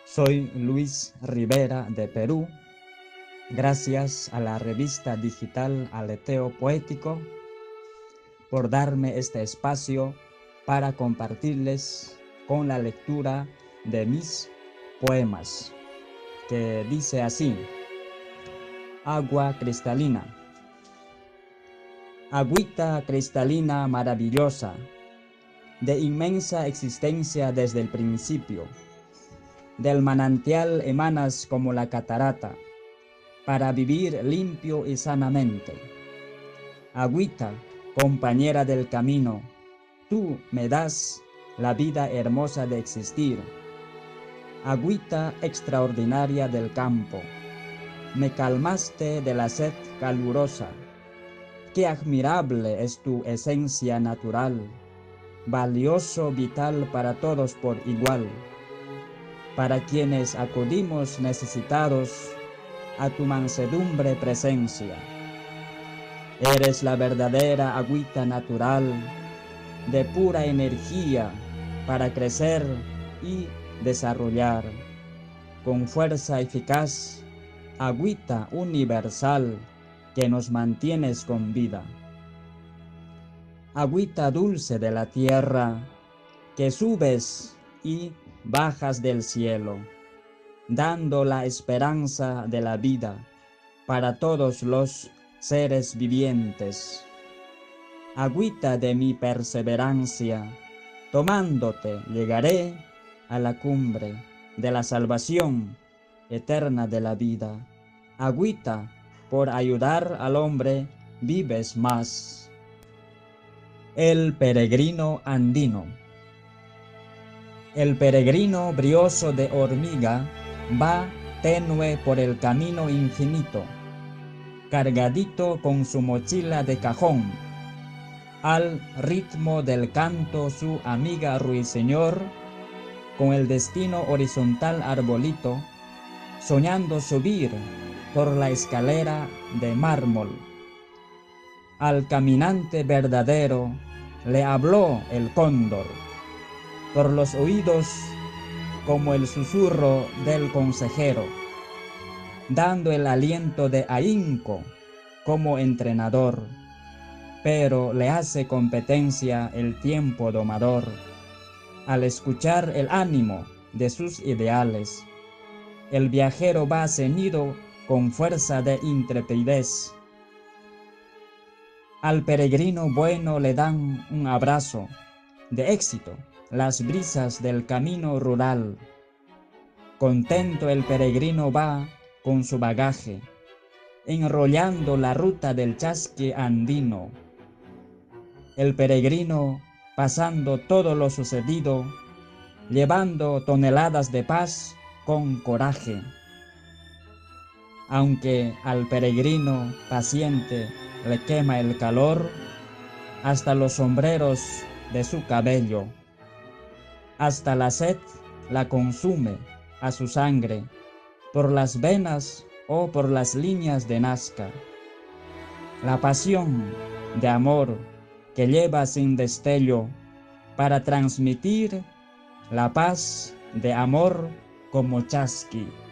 Soy Luis Rivera de Perú. Gracias a la revista digital Aleteo Poético por darme este espacio para compartirles con la lectura de mis poemas, que dice así: Agua cristalina. Agüita cristalina maravillosa, de inmensa existencia desde el principio. Del manantial emanas como la catarata, para vivir limpio y sanamente. Agüita, compañera del camino, tú me das la vida hermosa de existir. Agüita extraordinaria del campo, me calmaste de la sed calurosa. Qué admirable es tu esencia natural, valioso, vital para todos por igual. Para quienes acudimos necesitados a tu mansedumbre presencia. Eres la verdadera agüita natural, de pura energía para crecer y desarrollar. Con fuerza eficaz, agüita universal que nos mantienes con vida. Agüita dulce de la tierra, que subes y bajas del cielo, dando la esperanza de la vida para todos los seres vivientes. Agüita de mi perseverancia, tomándote llegaré a la cumbre de la salvación eterna de la vida. Agüita, por ayudar al hombre vives más. El peregrino andino. El peregrino brioso de hormiga va tenue por el camino infinito, cargadito con su mochila de cajón, al ritmo del canto su amiga ruiseñor, con el destino horizontal arbolito, soñando subir por la escalera de mármol. Al caminante verdadero le habló el cóndor, por los oídos como el susurro del consejero, dando el aliento de ahínco como entrenador, pero le hace competencia el tiempo domador, al escuchar el ánimo de sus ideales. El viajero va ceñido con fuerza de intrepidez. Al peregrino bueno le dan un abrazo de éxito las brisas del camino rural. Contento el peregrino va con su bagaje, enrollando la ruta del chasque andino. El peregrino pasando todo lo sucedido, llevando toneladas de paz con coraje. Aunque al peregrino paciente le quema el calor, hasta los sombreros de su cabello. Hasta la sed la consume a su sangre, por las venas o por las líneas de Nazca. La pasión de amor que lleva sin destello para transmitir la paz de amor como chasqui.